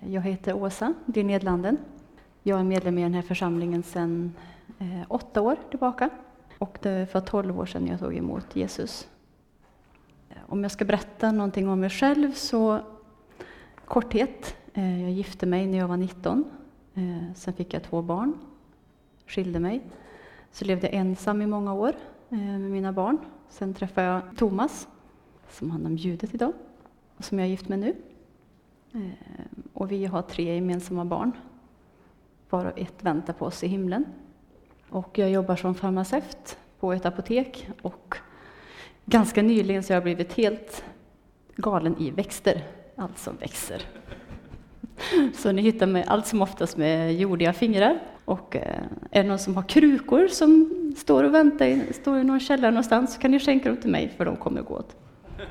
Jag heter Åsa Nedlanden. Jag är medlem i den här församlingen sedan 8 år tillbaka. Och det var 12 år sedan jag tog emot Jesus. Om jag ska berätta någonting om mig själv så korthet. Jag gifte mig när jag var 19. Sen fick jag 2 barn. Skilde mig. Så levde jag ensam i många år med mina barn. Sen träffade jag Thomas som handlar om ljudet idag. Och som jag är gift med nu. Och vi har 3 gemensamma barn. Varav 1 väntar på oss i himlen. Och jag jobbar som farmaceut på ett apotek. Och ganska nyligen så har jag blivit helt galen i växter. Allt som växer. Så ni hittar mig allt som oftast med jordiga fingrar. Och är det någon som har krukor som står och väntar, står i någon källare någonstans, så kan ni skänka dem till mig för de kommer gå åt.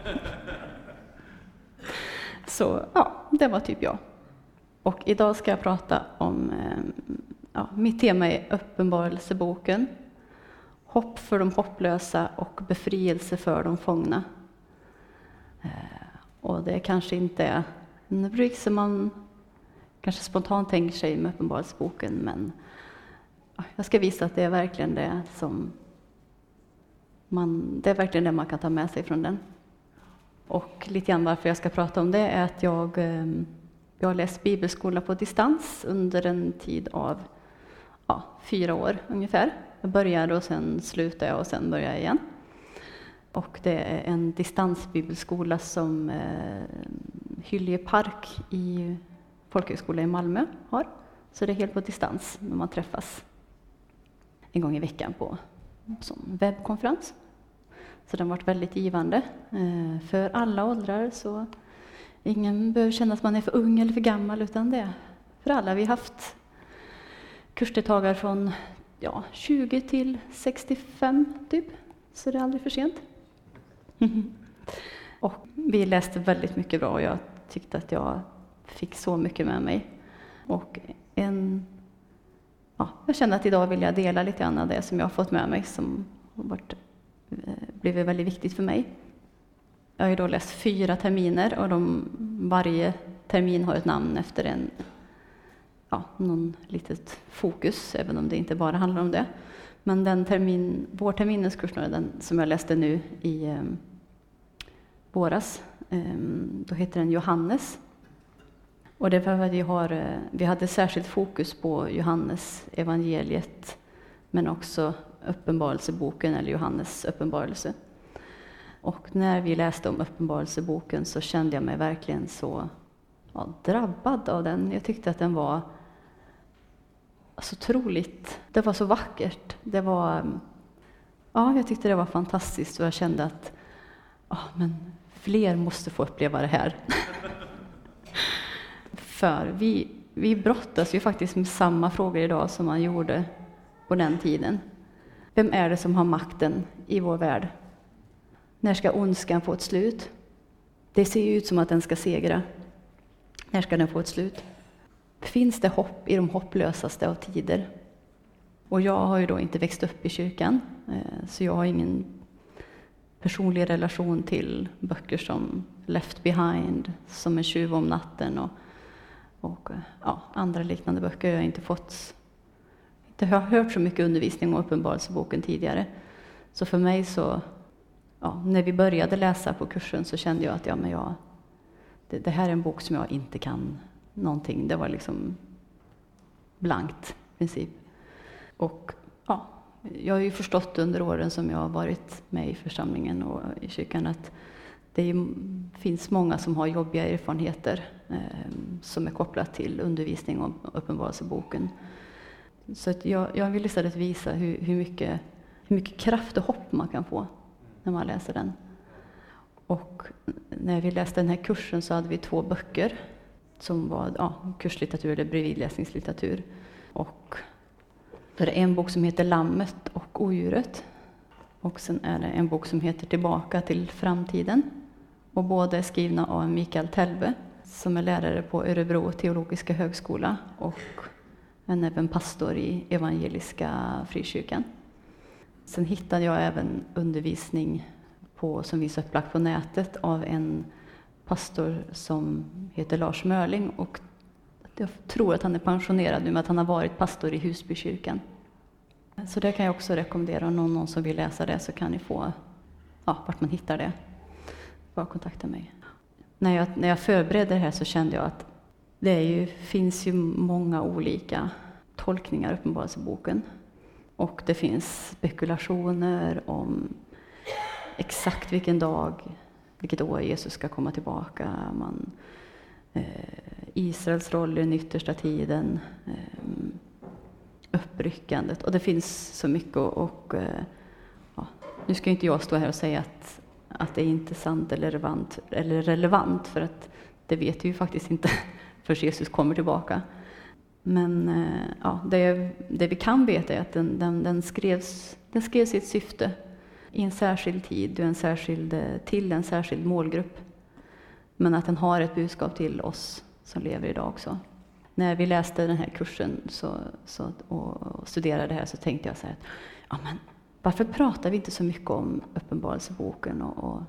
Så ja, det var typ jag. Och idag ska jag prata om, mitt tema är Uppenbarelseboken. Hopp för de hopplösa och befrielse för de fångna. Och det kanske inte är en rubrik som man kanske spontant tänker sig med Uppenbarelseboken, men jag ska visa att det är verkligen det som det är verkligen det man kan ta med sig från den. Och lite grann varför jag ska prata om det är att jag har läst bibelskola på distans under en tid av 4 år ungefär. Jag började och sen slutade jag och sen började jag igen. Och det är en distansbibelskola som Hyllie Park i folkhögskola i Malmö har. Så det är helt på distans när man träffas en gång i veckan på som webbkonferens. Så den har varit väldigt givande för alla åldrar, så ingen behöver känna att man är för ung eller för gammal, utan det är för alla. Vi har haft kursdeltagare från 20 till 65 typ, så det är aldrig för sent. Och vi läste väldigt mycket bra och jag tyckte att jag fick så mycket med mig. Och jag känner att idag vill jag dela lite grann av det som jag har fått med mig som har blivit väldigt viktigt för mig. Jag har ju då läst 4 terminer och varje termin har ett namn efter någon litet fokus, även om det inte bara handlar om det. Men vårterminens kurs, den som jag läste nu i våras, då heter den Johannes. Och det var att vi hade särskilt fokus på Johannes evangeliet, men också Uppenbarelseboken eller Johannes uppenbarelse. Och när vi läste om Uppenbarelseboken så kände jag mig verkligen så drabbad av den. Jag tyckte att den var så otroligt, det var så vackert. Jag tyckte det var fantastiskt och jag kände att men fler måste få uppleva det här. För vi brottas ju faktiskt med samma frågor idag som man gjorde på den tiden. Vem är det som har makten i vår värld? När ska ondskan få ett slut? Det ser ju ut som att den ska segra. När ska den få ett slut? Finns det hopp i de hopplösaste av tider? Och jag har ju då inte växt upp i kyrkan, så jag har ingen personlig relation till böcker som Left Behind, Som en tjuv om natten och andra liknande böcker. Jag har inte hört så mycket undervisning om Uppenbarelseboken tidigare. Så för mig när vi började läsa på kursen så kände jag att det här är en bok som jag inte kan någonting. Det var liksom blankt i princip. Och jag har ju förstått under åren som jag har varit med i församlingen och i kyrkan att det finns många som har jobbiga erfarenheter som är kopplat till undervisning om Uppenbarelseboken. Så att jag vill istället visa hur mycket kraft och hopp man kan få när man läser den. Och när vi läste den här kursen så hade vi 2 böcker som var kurslitteratur eller bredvidläsningslitteratur. Och då är det en bok som heter Lammet och odjuret. Och sen är det en bok som heter Tillbaka till framtiden. Och båda är skrivna av Mikael Telbe som är lärare på Örebro teologiska högskola och är även pastor i evangeliska frikyrkan. Sen hittade jag även undervisning som finns upplagt på nätet av en pastor som heter Lars Mörling, och Jag tror att han är pensionerad nu, men att han har varit pastor i Husbykyrkan. Så det kan jag också rekommendera. Om någon som vill läsa det så kan ni få, vart man hittar det. Bara kontakta mig. När jag förberedde det här så kände jag att finns ju många olika tolkningar i Uppenbarelseboken. Och det finns spekulationer om exakt vilket år Jesus ska komma tillbaka. Israels roll i den yttersta tiden, uppryckandet. Och det finns så mycket. Nu ska inte jag stå här och säga att det är intressant eller relevant, för att det vet vi ju faktiskt inte förrän Jesus kommer tillbaka. Men det vi kan veta är att den skrevs i ett syfte i en särskild tid, till en särskild målgrupp. Men att den har ett budskap till oss som lever idag också. När vi läste den här kursen och studerade det här så tänkte jag så här, men varför pratar vi inte så mycket om Uppenbarelseboken och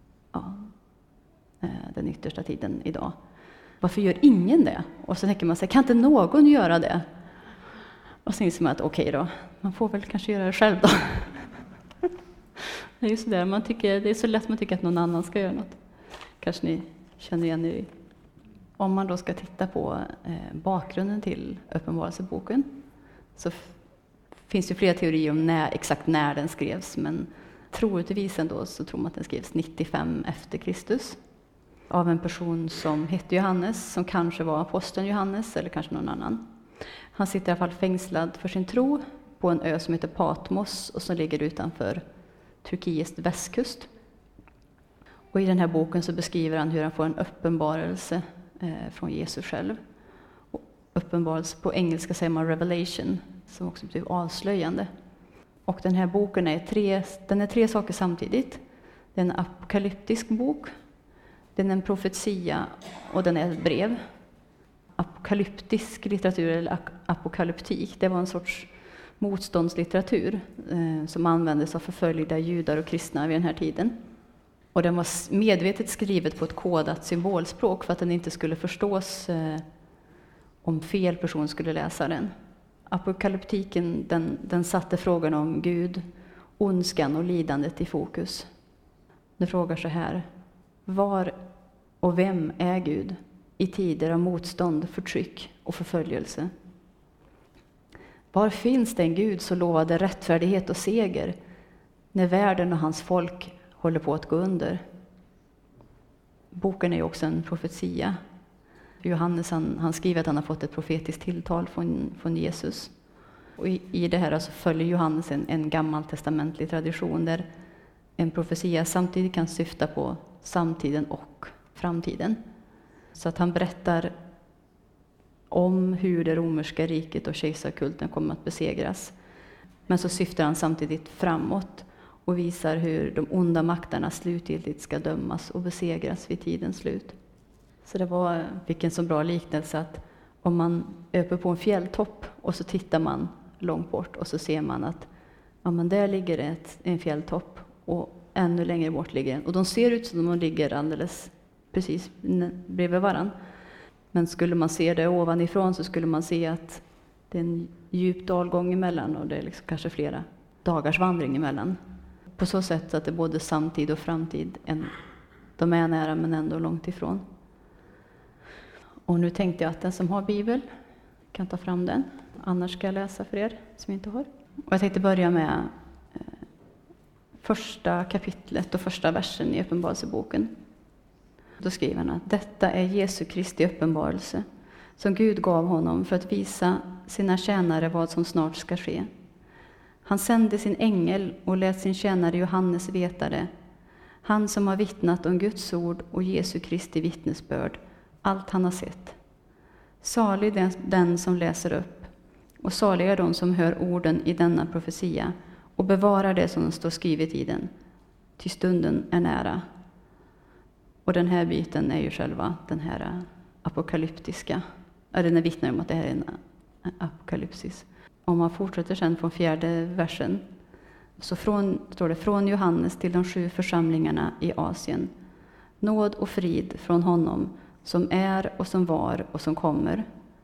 den yttersta tiden idag? Varför gör ingen det? Och så tänker man sig, kan inte någon göra det? Och så inser man att okej då, man får väl kanske göra det själv då. Det är ju så där, det är så lätt man tycker att någon annan ska göra något. Kanske ni känner igen er i. Om man då ska titta på bakgrunden till Uppenbarelseboken så finns det flera teorier om exakt när den skrevs, men troligtvis ändå så tror man att den skrevs 95 efter Kristus av en person som hette Johannes, som kanske var aposteln Johannes eller kanske någon annan. Han sitter i alla fall fängslad för sin tro på en ö som heter Patmos och som ligger utanför Turkiets västkust. Och i den här boken så beskriver han hur han får en uppenbarelse från Jesus själv. Och uppenbarelse på engelska säger man revelation, som också betyder avslöjande. Och den här boken är tre saker samtidigt. Det är en apokalyptisk bok, den är en profetia och den är ett brev. Apokalyptisk litteratur eller apokalyptik, det var en sorts motståndslitteratur som användes av förföljda judar och kristna vid den här tiden. Och den var medvetet skrivet på ett kodat symbolspråk för att den inte skulle förstås om fel person skulle läsa den. Apokalyptiken den satte frågan om Gud, ondskan och lidandet i fokus. Den frågar så här: var och vem är Gud i tider av motstånd, förtryck och förföljelse? Var finns den Gud som lovade rättfärdighet och seger när världen och hans folk håller på att gå under? Boken är ju också en profetia. Johannes han skriver att han har fått ett profetiskt tilltal från Jesus. Och i det här alltså följer Johannes en gammaltestamentlig tradition där en profetia samtidigt kan syfta på samtiden och framtiden. Så att han berättar om hur det romerska riket och kejsarkulten kommer att besegras. Men så syftar han samtidigt framåt och visar hur de onda makterna slutgiltigt ska dömas och besegras vid tidens slut. Så det fick en så bra liknelse att om man är uppe på en fjälltopp och så tittar man långt bort och så ser man att men där ligger en fjälltopp och ännu längre bort ligger en. Och de ser ut som om de ligger alldeles precis bredvid varann. Men skulle man se det ovanifrån så skulle man se att det är en djup dalgång emellan och det är liksom kanske flera dagars vandring emellan. På så sätt att det är både samtid och framtid. De är nära men ändå långt ifrån. Och nu tänkte jag att den som har Bibel kan ta fram den. Annars ska jag läsa för er som inte har. Och jag tänkte börja med första kapitlet och första versen i Uppenbarelseboken. Då skriver han att detta är Jesu Kristi uppenbarelse som Gud gav honom för att visa sina tjänare vad som snart ska ske. Han sände sin ängel och lät sin tjänare Johannes veta det. Han som har vittnat om Guds ord och Jesu Kristi vittnesbörd, allt han har sett. Salig den som läser upp, och saliga de som hör orden i denna profetia och bevarar det som står skrivet i den, till stunden är nära. Och den här biten är ju själva den här apokalyptiska, den vittnar om att det här är en apokalypsis. Om man fortsätter sen från 4:e versen, så står det från Johannes till de 7 församlingarna i Asien. Nåd och frid från honom som är och som var och som kommer,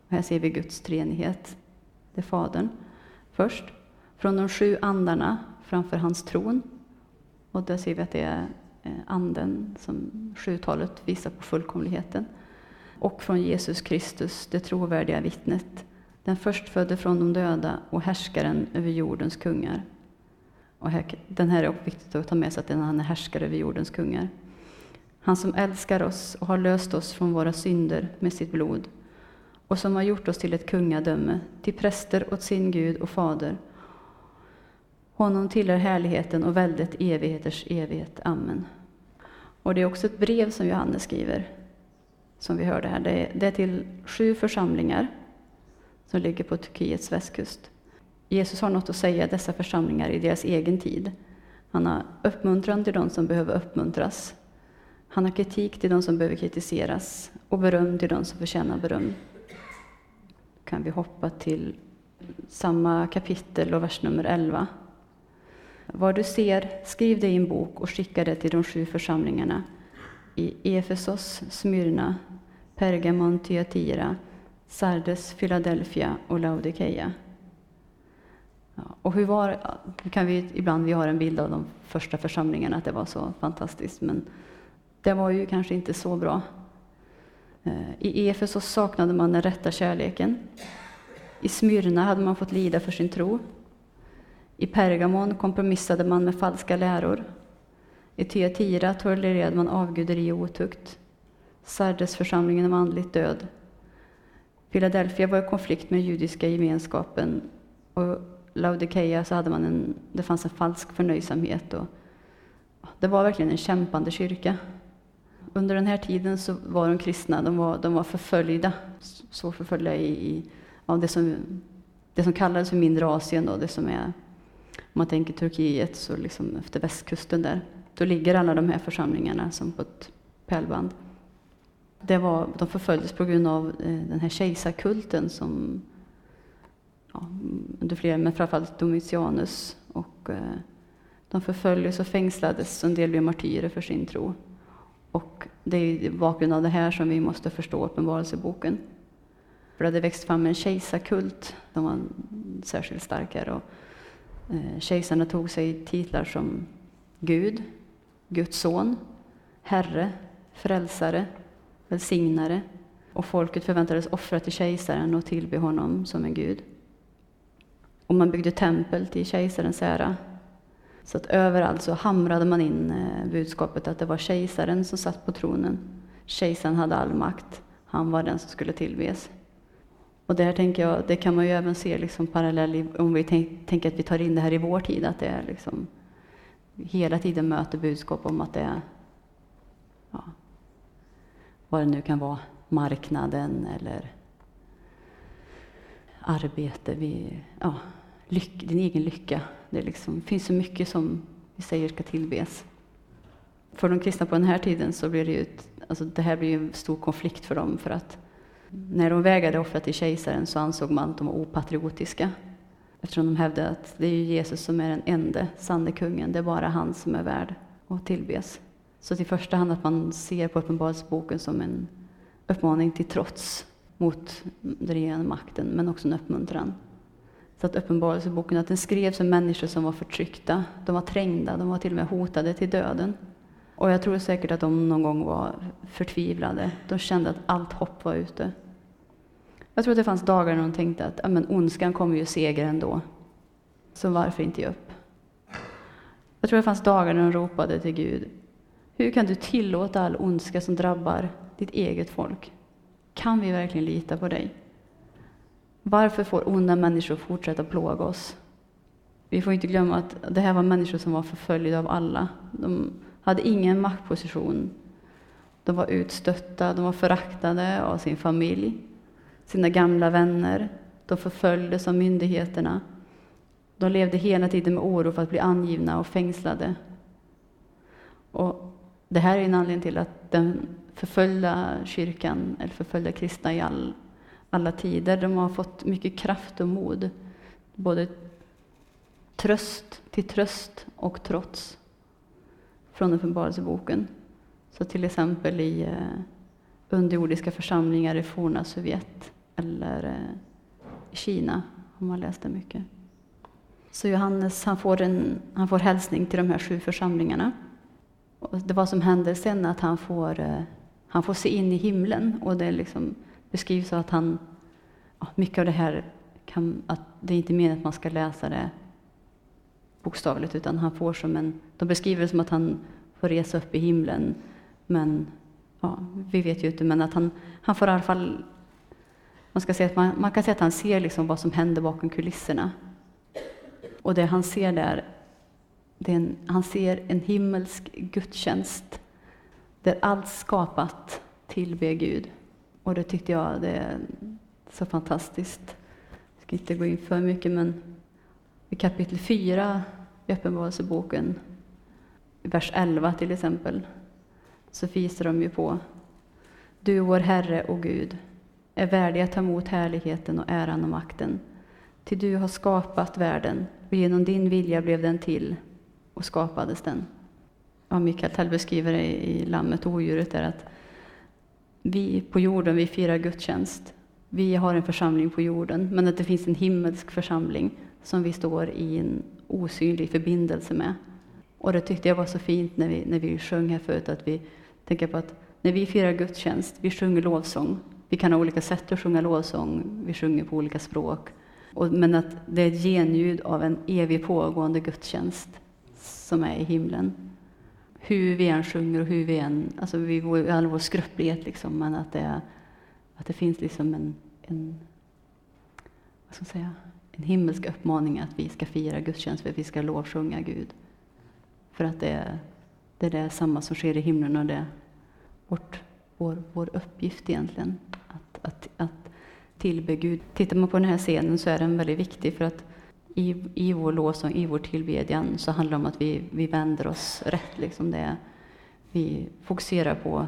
Och här ser vi Guds treenighet. Det är Fadern först. Från de 7 andarna framför hans tron. Och där ser vi att det är anden som 7-talet visar på fullkomligheten. Och från Jesus Kristus, det trovärdiga vittnet. Den förstfödde från de döda och härskaren över jordens kungar. Och den här är också viktigt att ta med sig, att han är härskare över jordens kungar. Han som älskar oss och har löst oss från våra synder med sitt blod. Och som har gjort oss till ett kungadöme, till präster åt sin Gud och Fader. Honom tillhör härligheten och väldet evigheters evighet. Amen. Och det är också ett brev som Johannes skriver, som vi hörde här. Det är till 7 församlingar som ligger på Turkiets västkust. Jesus har något att säga dessa församlingar i deras egen tid. Han har uppmuntran till de som behöver uppmuntras. Han har kritik till de som behöver kritiseras och beröm till de som förtjänar beröm. Kan vi hoppa till samma kapitel och vers nummer 11. Vad du ser, skriv det i en bok och skicka det till de 7 församlingarna i Efesos, Smyrna, Pergamon, Thyatira, Sardes, Philadelphia och Laodikeia. Ja, och vi har en bild av de första församlingarna, att det var så fantastiskt, men det var ju kanske inte så bra. I Efesos saknade man den rätta kärleken. I Smyrna hade man fått lida för sin tro. I Pergamon kompromissade man med falska läror. I Thyatira tolererade man avguderi och otukt. Sardes-församlingen var andligt död. Philadelphia var i konflikt med judiska gemenskapen. Och Laodikeia så det fanns en falsk förnöjsamhet. Och det var verkligen en kämpande kyrka. Under den här tiden så var de kristna, de var förföljda. Så förföljda av det som kallades för mindre Asien då, det som är, om man tänker Turkiet, så liksom efter västkusten där. Då ligger alla de här församlingarna som på ett pärlband. De förföljdes på grund av den här kejsarkulten som under flera, men framförallt Domitianus. Och de förföljdes och fängslades, och en del blev martyrer för sin tro. Och det är bakgrund av det här som vi måste förstå Uppenbarelseboken. För det hade växt fram en kejsarkult, de var särskilt starkare. Och kejsarna tog sig titlar som Gud, Guds son, Herre, Frälsare, Välsignare. Och folket förväntades offra till kejsaren och tillbe honom som en Gud. Och man byggde tempel till kejsarens ära. Så att överallt så hamrade man in budskapet att det var kejsaren som satt på tronen. Kejsaren hade all makt. Han var den som skulle tillbes. Och där tänker jag, det kan man ju även se liksom parallell om vi tänker att vi tar in det här i vår tid. Att det är liksom hela tiden möter budskap om att det är, vad det nu kan vara, marknaden eller arbete. Din egen lycka. Det finns så mycket som vi säger ska tillbes. För de kristna på den här tiden så blir det här blir en stor konflikt för dem. För att när de vägrade offra till kejsaren så ansåg man att de var opatriotiska. Eftersom de hävdade att det är Jesus som är den enda sanne kungen. Det är bara han som är värd att tillbes. Så till första hand att man ser på Uppenbarelseboken som en uppmaning till trots mot den regerande makten, men också en uppmuntran. Så att Uppenbarelseboken, att den skrevs av människor som var förtryckta, de var trängda, de var till och med hotade till döden. Och jag tror säkert att de någon gång var förtvivlade. De kände att allt hopp var ute. Jag tror att det fanns dagar när de tänkte att ondskan kommer ju seger ändå. Så varför inte ge upp? Jag tror det fanns dagar när de ropade till Gud: hur kan du tillåta all ondska som drabbar ditt eget folk? Kan vi verkligen lita på dig? Varför får onda människor fortsätta plåga oss? Vi får inte glömma att det här var människor som var förföljda av alla. De hade ingen maktposition. De var utstötta, de var föraktade av sin familj, sina gamla vänner. De förföljdes av myndigheterna. De levde hela tiden med oro för att bli angivna och fängslade. Och det här är en anledning till att den förföljda kyrkan, eller förföljda kristna i alla tider, de har fått mycket kraft och mod. Både tröst och trots från Uppenbarelseboken. Så till exempel i underjordiska församlingar i forna Sovjet, eller i Kina har man läst det mycket. Så Johannes han får hälsning till de här 7 församlingarna. Och det vad som händer sen att han får se in i himlen, och det liksom beskrivs att mycket av det här att det är inte meningen att man ska läsa det bokstavligt, utan han får de beskriver det som att han får resa upp i himlen, men vi vet ju inte, men att han får i alla fall, man kan säga att han ser liksom vad som händer bakom kulisserna. Och det han ser där, han ser en himmelsk gudstjänst där allt skapat tillber Gud. Och det tyckte jag det är så fantastiskt. Jag ska inte gå in för mycket, men i kapitel 4 i Uppenbarelseboken, vers 11 till exempel, så visar de ju på: Du, vår Herre och Gud, är värdig att ta emot härligheten och äran och makten. Till du har skapat världen, och genom din vilja blev den till och skapades den. Mikael Tell beskriver det i Lammet och odjuret där, att vi på jorden, vi firar gudstjänst. Vi har en församling på jorden, men att det finns en himmelsk församling som vi står i en osynlig förbindelse med. Och det tyckte jag var så fint när vi sjöng här förut, att vi tänker på att när vi firar gudstjänst, vi sjunger lovsång. Vi kan ha olika sätt att sjunga lovsång, vi sjunger på olika språk. Men att det är ett genljud av en evig pågående gudstjänst som är i himlen. Hur vi än sjunger och hur vi än, alltså vi går i all vår skröplighet liksom, men att det finns liksom en himmelsk uppmaning att vi ska fira gudstjänst, för att vi ska lovsjunga Gud. För att det är det samma som sker i himlen, och det är vår uppgift egentligen att tillbe Gud. Tittar man på den här scenen så är den väldigt viktig, för att i vår lovsång, i vår tillbedjan, så handlar det om att vi vänder oss rätt. Liksom vi fokuserar på,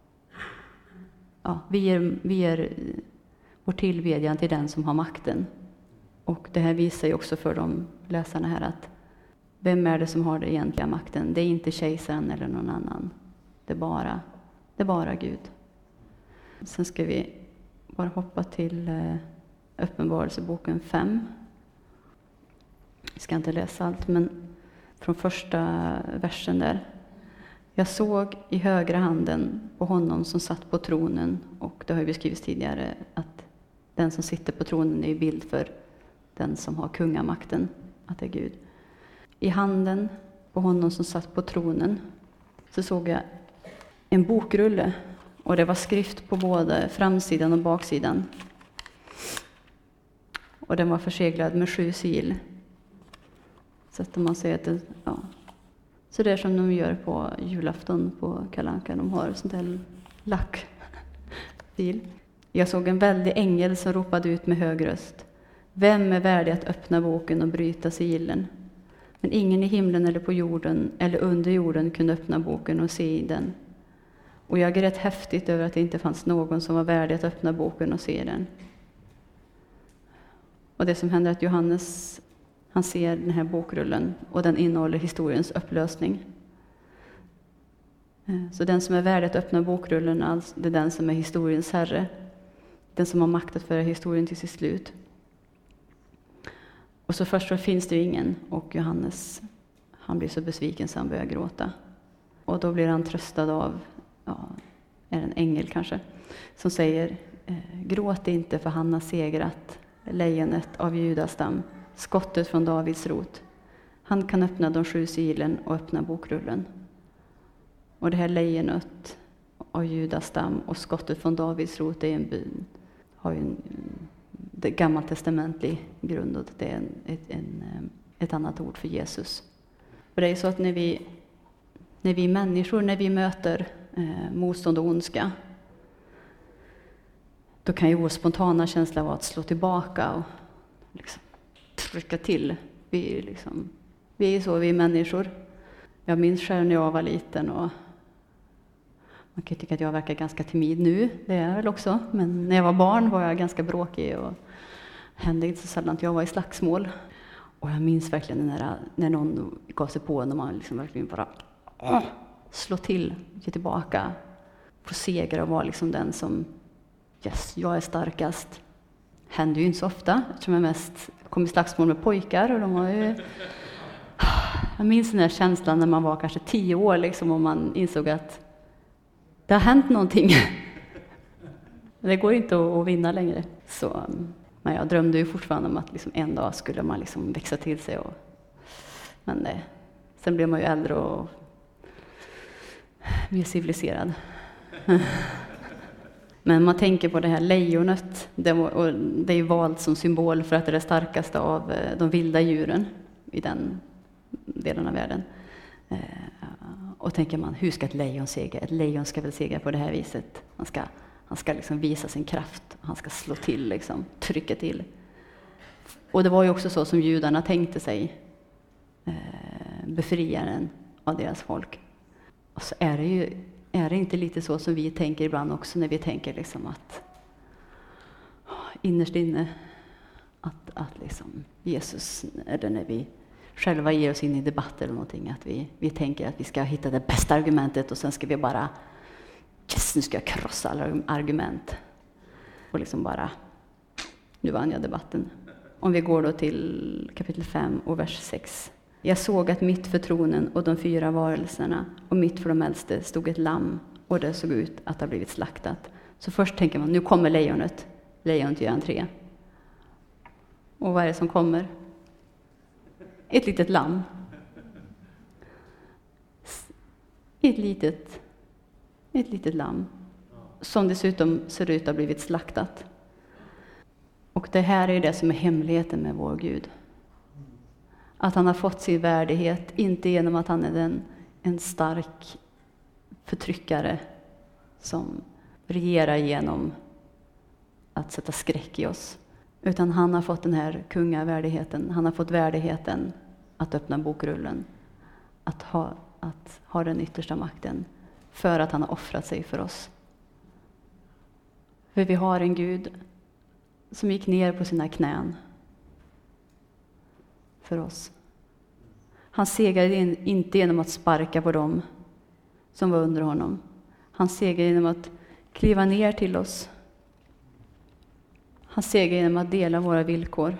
vi ger vår tillbedjan till den som har makten. Och det här visar ju också för de läsarna här att vem är det som har den egentliga makten? Det är inte kejsaren eller någon annan. Det är bara Gud. Sen ska vi bara hoppa till Uppenbarelseboken 5. Jag ska inte läsa allt, men från första versen där. Jag såg i högra handen på honom som satt på tronen, och det har ju beskrivits tidigare att den som sitter på tronen är bild för den som har kungamakten, att det är Gud. I handen på honom som satt på tronen så såg jag en bokrulle, och det var skrift på både framsidan och baksidan. Och den var förseglad med 7 sil. Så att man säger att så det är som de gör på julafton på Kalle Anka. De har sånt här lackfil. Jag såg en väldig ängel som ropade ut med hög röst: Vem är värdig att öppna boken och bryta sigilen? Men ingen i himlen eller på jorden eller under jorden kunde öppna boken och se i den. Och jag grät häftigt över att det inte fanns någon som var värdig att öppna boken och se den. Och det som händer är att Johannes, han ser den här bokrullen, och den innehåller historiens upplösning. Så den som är värdig att öppna bokrullen, det är den som är historiens herre. Den som har makt att föra historien till sitt slut. Och så först så finns det ju ingen, och Johannes, han blir så besviken så han börjar gråta. Och då blir han tröstad av, är en ängel kanske, som säger: Gråt inte, för han har segrat, lejonet av Judas stam, skottet från Davids rot. Han kan öppna de 7 silen och öppna bokrullen. Och det här lejonet av Judas stam och skottet från Davids rot har ju det gammaltestamentlig grund, och det är ett annat ord för Jesus. Och det är så att när vi människor, när vi möter motstånd och ondska, då kan ju vår spontana känsla vara att slå tillbaka och liksom trycka till. Vi är så, vi är människor. Jag minns själv när jag var liten, och man kan tycka att jag verkar ganska timid nu, det är jag väl också. Men när jag var barn var jag ganska bråkig, och hände inte så sällan att jag var i slagsmål. Och jag minns verkligen när någon gav sig på, när man liksom verkligen bara slå till, ge tillbaka, få segra och vara liksom den som, yes, jag är starkast. händer ju inte så ofta, eftersom jag mest kom i slagsmål med pojkar. Och de har ju... Jag minns den här känslan när man var kanske 10 år liksom, och man insåg att det har hänt någonting. Det går inte att vinna längre. Så, men jag drömde ju fortfarande om att liksom en dag skulle man liksom växa till sig. Men sen blev man ju äldre och mer civiliserad. Men man tänker på det här lejonet. Det är ju valt som symbol för att det är det starkaste av de vilda djuren i den delen av världen. Och tänker man, hur ska ett lejon segra? Ett lejon ska väl segra på det här viset. Han ska liksom visa sin kraft. Han ska slå till, liksom, trycka till. Och det var ju också så som judarna tänkte sig befriaren av deras folk. Och så är det inte lite så som vi tänker ibland också, när vi tänker liksom att innerst inne att liksom Jesus, eller när vi själva ger oss in i debatter eller någonting, att vi tänker att vi ska hitta det bästa argumentet och sen ska vi bara nu ska jag krossa alla argument. Och liksom bara, nu vann jag debatten. Om vi går då till kapitel 5 och vers 6. Jag såg att mitt för tronen och de 4 varelserna och mitt för de äldste stod ett lamm, och det såg ut att ha blivit slaktat. Så först tänker man, nu kommer lejonet. Lejonet gör entré. Och vad är det som kommer? Ett litet lamm. Ett litet lamm. Som dessutom ser ut att ha blivit slaktat. Och det här är det som är hemligheten med vår Gud. Att han har fått sin värdighet, inte genom att han är en stark förtryckare som regerar genom att sätta skräck i oss. Utan han har fått den här kungavärdigheten. Han har fått värdigheten att öppna bokrullen. Att ha den yttersta makten. För att han har offrat sig för oss. För vi har en Gud som gick ner på sina knän för oss. Han segrade inte genom att sparka på dem som var under honom. Han segrade genom att kliva ner till oss. Han segrade genom att dela våra villkor.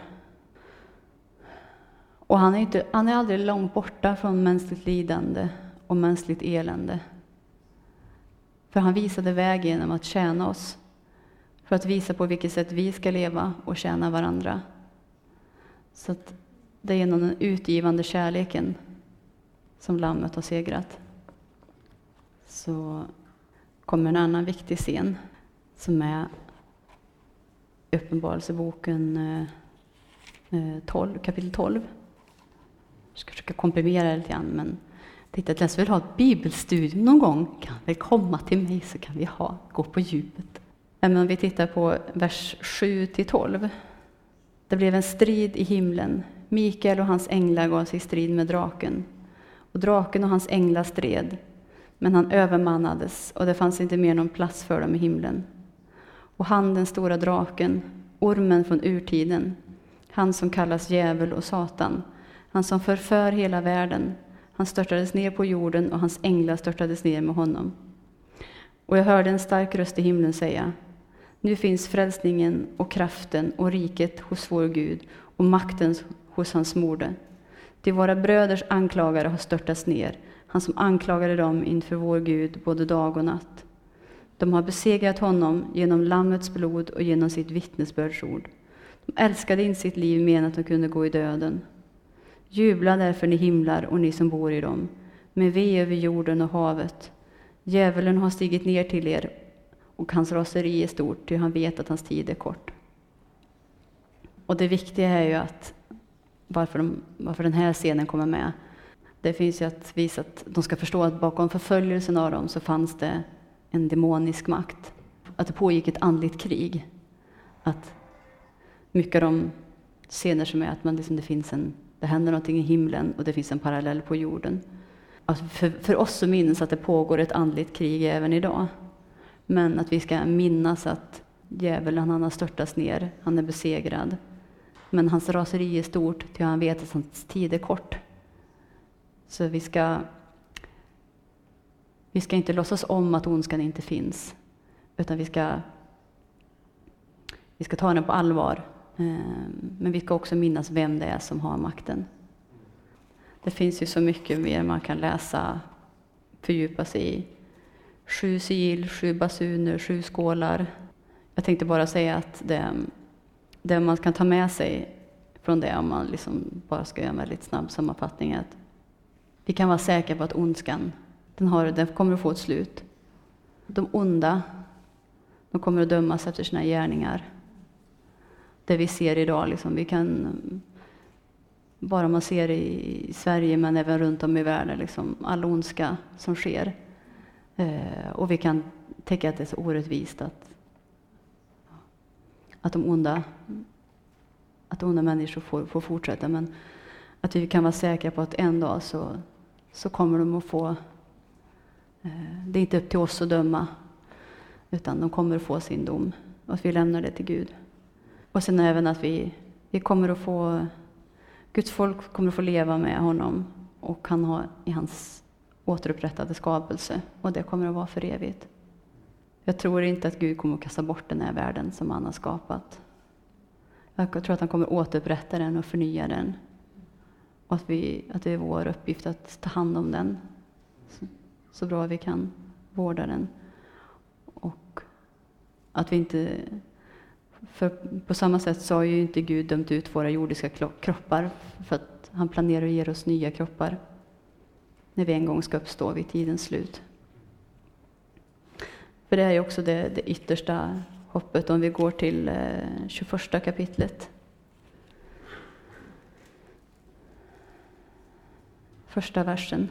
Och han är aldrig långt borta från mänskligt lidande och mänskligt elände. För han visade väg genom att tjäna oss. För att visa på vilket sätt vi ska leva och tjäna varandra. Så att det är genom den utgivande kärleken som lammet har segrat. Så kommer en annan viktig scen som är Uppenbarelseboken 12, kapitel 12. Jag ska försöka komprimera det lite grann, men tänkte att jag vill ha ett bibelstudium någon gång. Kan väl komma till mig så kan vi gå på djupet. Men vi tittar på vers 7-12. Det blev en strid i himlen. Mikael och hans änglar gav sig i strid med draken. Och draken och hans änglar stred. Men han övermannades och det fanns inte mer någon plats för dem i himlen. Och han, den stora draken, ormen från urtiden, han som kallas djävul och Satan, han som förför hela världen, han störtades ner på jorden och hans änglar störtades ner med honom. Och jag hörde en stark röst i himlen säga: nu finns frälsningen och kraften och riket hos vår Gud och makten hos hans morde. Till våra bröders anklagare har störtats ner, han som anklagade dem inför vår Gud både dag och natt. De har besegrat honom genom lammets blod och genom sitt vittnesbördsord. De älskade inte sitt liv mer än att de kunde gå i döden. Jubla därför ni himlar och ni som bor i dem, med ve över jorden och havet. Djävulen har stigit ner till er och hans raseri är stort, ty han vet att hans tid är kort. Och det viktiga är ju att varför den här scenen kommer med. Det finns ju att visa att de ska förstå att bakom förföljelsen av dem så fanns det en demonisk makt. Att det pågick ett andligt krig. Att mycket av de scener som är att man liksom, det händer någonting i himlen och det finns en parallell på jorden. Alltså för oss så minns att det pågår ett andligt krig även idag. Men att vi ska minnas att djävulen, han har störtats ner, han är besegrad. Men hans raseri är stort, till han vet att hans tid är kort. Så vi ska inte låtsas om att ondskan inte finns. Utan vi ska Vi ska ta den på allvar. Men vi ska också minnas vem det är som har makten. Det finns ju så mycket mer man kan läsa, fördjupa sig i. 7 sigill, 7 basuner, 7 skålar. Jag tänkte bara säga att det man kan ta med sig från det, om man liksom bara ska göra en väldigt snabb sammanfattning, att vi kan vara säkra på att ondskan, den kommer att få ett slut. De onda, de kommer att dömas efter sina gärningar. Det vi ser idag, liksom, vi kan, bara man ser i Sverige men även runt om i världen, liksom, all ondska som sker. Och vi kan tänka att det är så orättvist att de onda människor får fortsätta, men att vi kan vara säkra på att en dag så kommer de att få, det är inte upp till oss att döma, utan de kommer att få sin dom, och att vi lämnar det till Gud. Och sen även att vi kommer att få, Guds folk kommer att få leva med honom, och han har i hans återupprättade skapelse, och det kommer att vara för evigt. Jag tror inte att Gud kommer att kasta bort den här världen som han har skapat. Jag tror att han kommer att återupprätta den och förnya den. Och att det är vår uppgift att ta hand om den så bra vi kan, vårda den. Och att vi inte, för på samma sätt så har ju inte Gud dömt ut våra jordiska kroppar, för att han planerar att ge oss nya kroppar när vi en gång ska uppstå vid tidens slut. För det är ju också det yttersta hoppet, om vi går till 21 kapitlet. Första versen.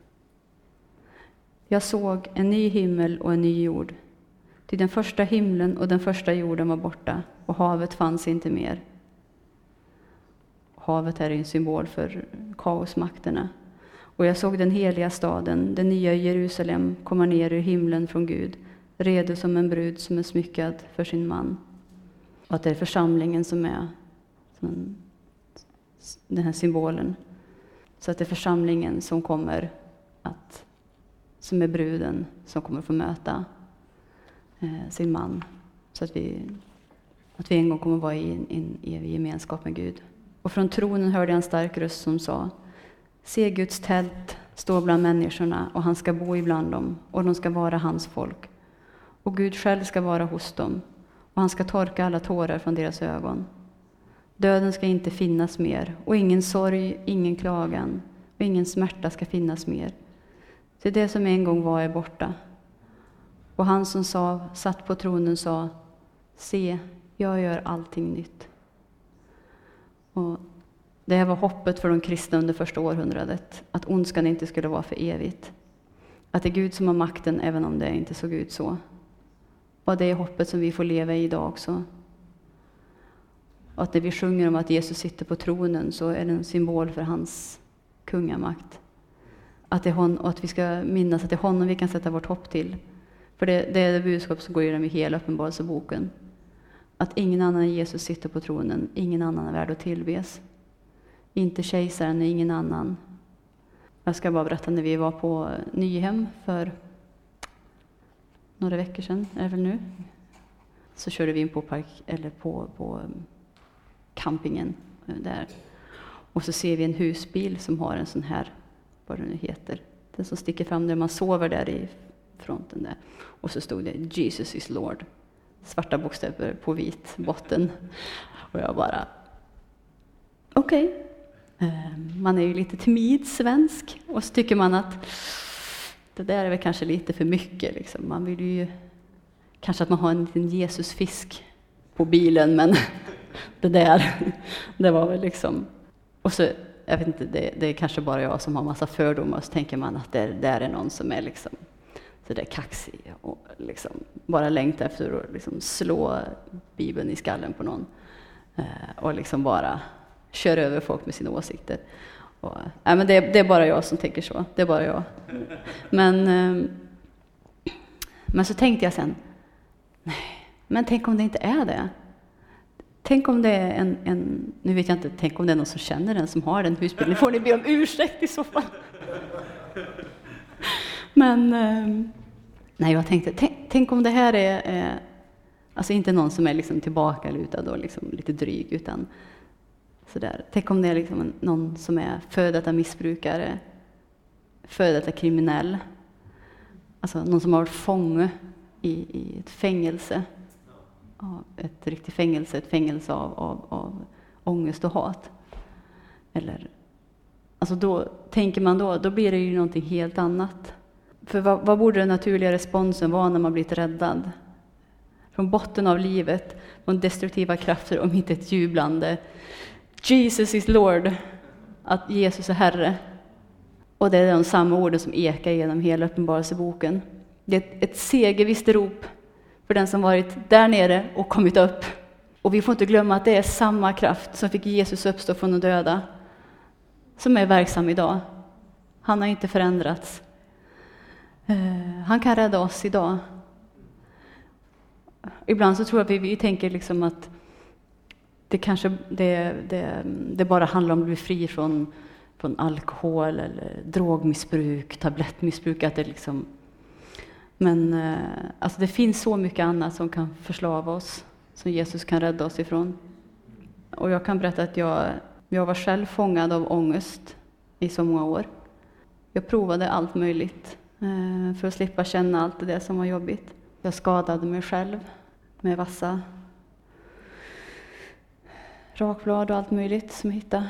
Jag såg en ny himmel och en ny jord. Till den första himlen och den första jorden var borta, och havet fanns inte mer. Havet är en symbol för kaosmakterna. Och jag såg den heliga staden, den nya Jerusalem, komma ner ur himlen från Gud, redo som en brud som är smyckad för sin man. Och att det är församlingen som är den här symbolen. Så att det är församlingen som kommer som är bruden, som kommer få möta sin man. Så att vi en gång kommer vara i en evig gemenskap med Gud. Och från tronen hörde jag en stark röst som sa: se, Guds tält står bland människorna, och han ska bo ibland dem, och de ska vara hans folk. Och Gud själv ska vara hos dem, och han ska torka alla tårar från deras ögon. Döden ska inte finnas mer, och ingen sorg, ingen klagan, och ingen smärta ska finnas mer. Så det som en gång var är borta. Och han som satt på tronen sa: se, jag gör allting nytt. Och det här var hoppet för de kristna under första århundradet, att ondskan inte skulle vara för evigt. Att det är Gud som har makten, även om det inte såg ut så. Och det är hoppet som vi får leva i idag också. Och att när vi sjunger om att Jesus sitter på tronen, så är det en symbol för hans kungamakt. Och att vi ska minnas att det är honom vi kan sätta vårt hopp till. För det är det budskap som går genom i hela Uppenbarelseboken. Att ingen annan än Jesus sitter på tronen, ingen annan är värd att tillbes. Inte kejsaren, ingen annan. Jag ska bara berätta, när vi var på Nyhem för några veckor sedan, är det väl nu, så körde vi in på campingen där. Och så ser vi en husbil som har en sån här, vad det nu heter, den som sticker fram där man sover där i fronten där. Och så stod det Jesus is Lord, svarta bokstäver på vit botten. Och jag bara, okej. Man är ju lite timid svensk, och så tycker man att det där är väl kanske lite för mycket. Liksom. Man vill ju kanske att man har en liten Jesusfisk på bilen, men det var väl liksom. Och så, jag vet inte, det är kanske bara jag som har massa fördomar, och så tänker man att det där är någon som är liksom så där kaxig och liksom bara längtar efter att liksom slå Bibeln i skallen på någon, och liksom bara kör över folk med sina åsikter. Och, men det är bara jag som tänker så. Det är bara jag. Men så tänkte jag sen, nej, men tänk om det inte är det. Tänk om det är nu vet jag inte, tänk om det är någon som känner den som har den husbilen. Nu får ni be om ursäkt i så fall. Men nej, jag tänkte, tänk om det här är Alltså inte någon som är liksom tillbakalutad och liksom lite dryg, utan sådär. Tänk om det är liksom någon som är före detta missbrukare, före detta kriminell. Alltså någon som har varit fånge i ett fängelse. Ja, ett riktigt fängelse, ett fängelse av ångest och hat. Eller, alltså då tänker man då blir det ju någonting helt annat. För vad borde den naturliga responsen vara när man blivit räddad? Från botten av livet, från destruktiva krafter, om inte ett jublande Jesus is Lord, att Jesus är Herre. Och det är de samma orden som ekar genom hela Uppenbarelseboken. Det är ett segervisst rop för den som varit där nere och kommit upp. Och vi får inte glömma att det är samma kraft som fick Jesus uppstå från de döda som är verksam idag. Han har inte förändrats. Han kan rädda oss idag. Ibland så tror jag att vi tänker liksom att det kanske det bara handlar om att bli fri från alkohol eller drogmissbruk, tablettmissbruk. Att det liksom, men alltså det finns så mycket annat som kan förslava oss, som Jesus kan rädda oss ifrån. Och jag kan berätta att jag var själv fångad av ångest i så många år. Jag provade allt möjligt för att slippa känna allt det som var jobbigt. Jag skadade mig själv med vassa rakblad och allt möjligt som jag hittade.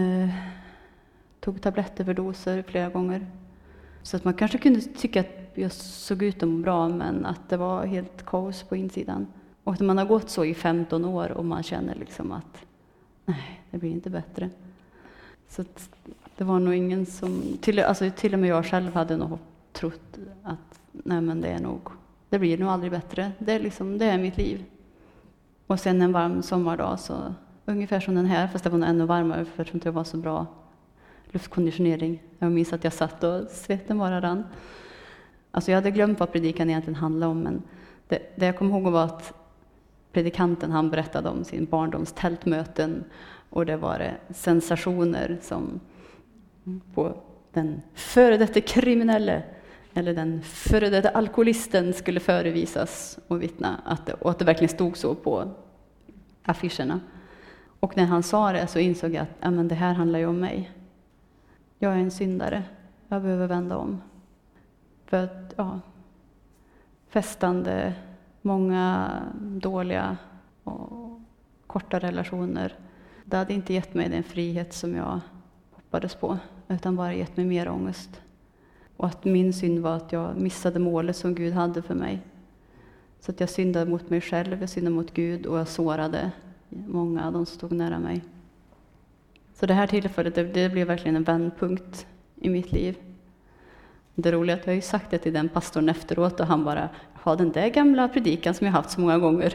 Tog tabletter för doser flera gånger. Så att man kanske kunde tycka att jag såg ut att må bra, men att det var helt kaos på insidan. Och att man har gått så i 15 år och man känner liksom att nej, det blir inte bättre. Så att det var nog ingen som, till och med jag själv hade nog trott att nej, men det blir nog aldrig bättre. Det är mitt liv. Och sen en varm sommardag, så ungefär som den här, fast det var nog ännu varmare för jag tror inte det var så bra luftkonditionering. Jag minns att jag satt och svetten bara rann. Alltså jag hade glömt vad predikan egentligen handlade om, men det jag kom ihåg var att predikanten, han berättade om sin barndoms tältmöten, och det var sensationer som på den före detta kriminelle eller den före detta alkoholisten skulle förevisas och vittna, och att det verkligen stod så på affischerna. Och när han sa det så insåg jag att men det här handlar ju om mig. Jag är en syndare. Jag behöver vända om. För att, festande, många dåliga och korta relationer. Det hade inte gett mig den frihet som jag hoppades på, utan bara gett mig mer ångest. Och att min synd var att jag missade målet som Gud hade för mig. Så att jag syndade mot mig själv, jag syndade mot Gud, och jag sårade många av de som stod nära mig. Så det här tillfället, det blev verkligen en vändpunkt i mitt liv. Det roliga är att jag har ju sagt det till den pastorn efteråt, och han bara, ha den där gamla predikan som jag haft så många gånger.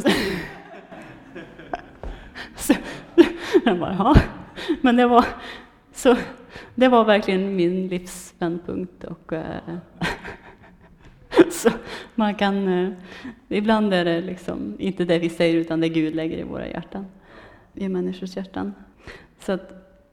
Så jag bara, ja. Men det var verkligen min livs vändpunkt. Och så man kan, ibland är det liksom inte det vi säger, utan det Gud lägger i våra hjärtan, i människors hjärtan. Så att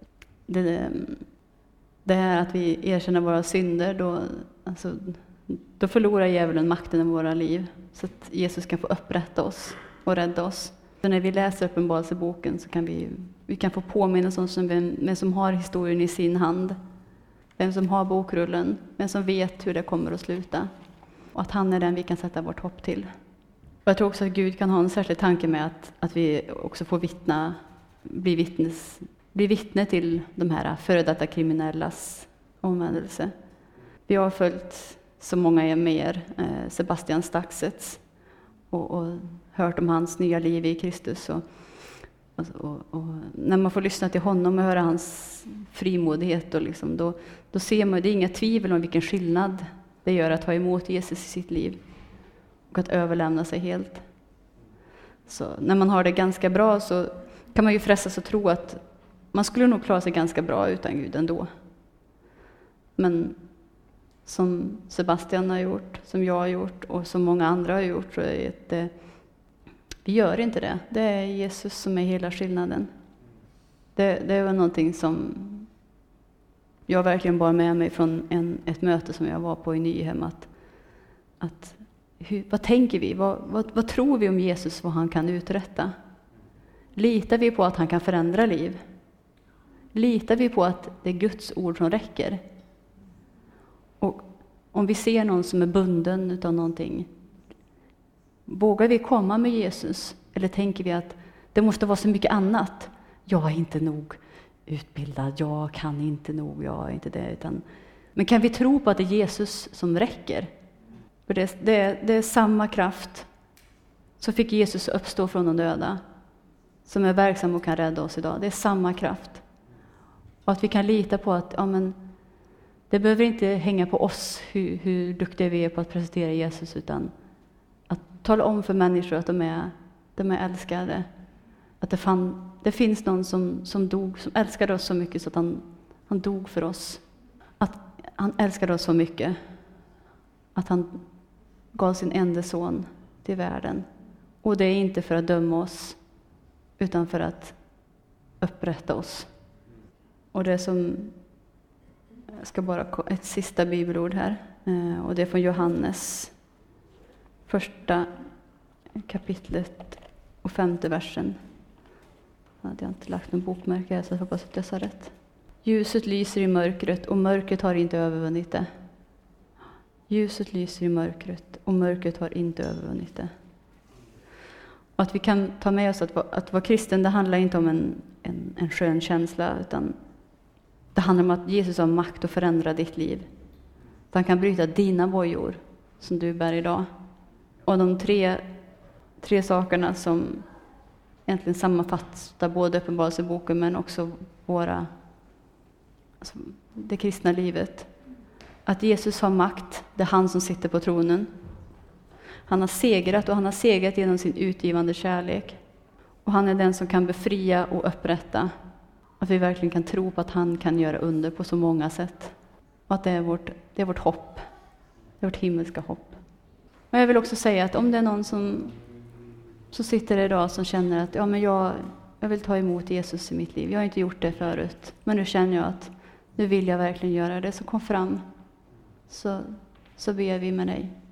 det här att vi erkänner våra synder, då förlorar djävulen makten i våra liv, så att Jesus kan få upprätta oss och rädda oss. Så när vi läser Uppenbarelseboken så kan vi kan få påminnelse om vem som har historien i sin hand, vem som har bokrullen, vem som vet hur det kommer att sluta, och att han är den vi kan sätta vårt hopp till. Och jag tror också att Gud kan ha en särskild tanke med att vi också får bli vittne till de här före detta kriminellas omvändelse. Vi har följt så många mer Sebastian Staxets och hört om hans nya liv i Kristus. Och när man får lyssna till honom och höra hans frimodighet, och liksom, då ser man, det är inga tvivel om vilken skillnad det gör att ta emot Jesus i sitt liv och att överlämna sig helt. Så när man har det ganska bra så kan man ju frestas att tro att man skulle nog klara sig ganska bra utan Gud ändå. Men som Sebastian har gjort, som jag har gjort och som många andra har gjort, så är det, vi gör inte det. Det är Jesus som är hela skillnaden. Det var någonting som jag verkligen bar med mig från ett möte som jag var på i Nyhem, att vad tänker vi? Vad tror vi om Jesus, vad han kan uträtta? Litar vi på att han kan förändra liv? Litar vi på att det är Guds ord som räcker? Och om vi ser någon som är bunden utav någonting, vågar vi komma med Jesus? Eller tänker vi att det måste vara så mycket annat? Jag är inte nog utbildad, jag kan inte nog, jag är inte det. Men kan vi tro på att det är Jesus som räcker? För det är samma kraft som fick Jesus uppstå från de döda, som är verksam och kan rädda oss idag. Det är samma kraft. Och att vi kan lita på att det behöver inte hänga på oss hur duktiga vi är på att presentera Jesus, utan att tala om för människor att de är älskade. Att det finns någon som dog, som älskade oss så mycket så att han dog för oss. Att han älskade oss så mycket att han gav sin enda son till världen. Och det är inte för att döma oss, utan för att upprätta oss. Och det som, jag ska bara ett sista bibelord här, och det är från Johannes, 1 kapitlet och 5:e versen. Jag hade inte lagt någon bokmärke här, så jag hoppas att jag sa rätt. Ljuset lyser i mörkret och mörkret har inte övervunnit det. Ljuset lyser i mörkret och mörkret har inte övervunnit det. Och att vi kan ta med oss att vara kristen, det handlar inte om en skön känsla, utan det handlar om att Jesus har makt att förändra ditt liv. Att han kan bryta dina bojor som du bär idag. Och de tre sakerna som egentligen sammanfattar både Uppenbarelseboken men också det kristna livet. Att Jesus har makt, det är han som sitter på tronen. Han har segrat, och han har segrat genom sin utgivande kärlek. Och han är den som kan befria och upprätta. Att vi verkligen kan tro på att han kan göra under på så många sätt. Och att det är vårt hopp. Det är vårt himmelska hopp. Och jag vill också säga att om det är någon som sitter idag som känner att jag vill ta emot Jesus i mitt liv. Jag har inte gjort det förut. Men nu känner jag att nu vill jag verkligen göra det. Så kom fram. Så ber vi med dig.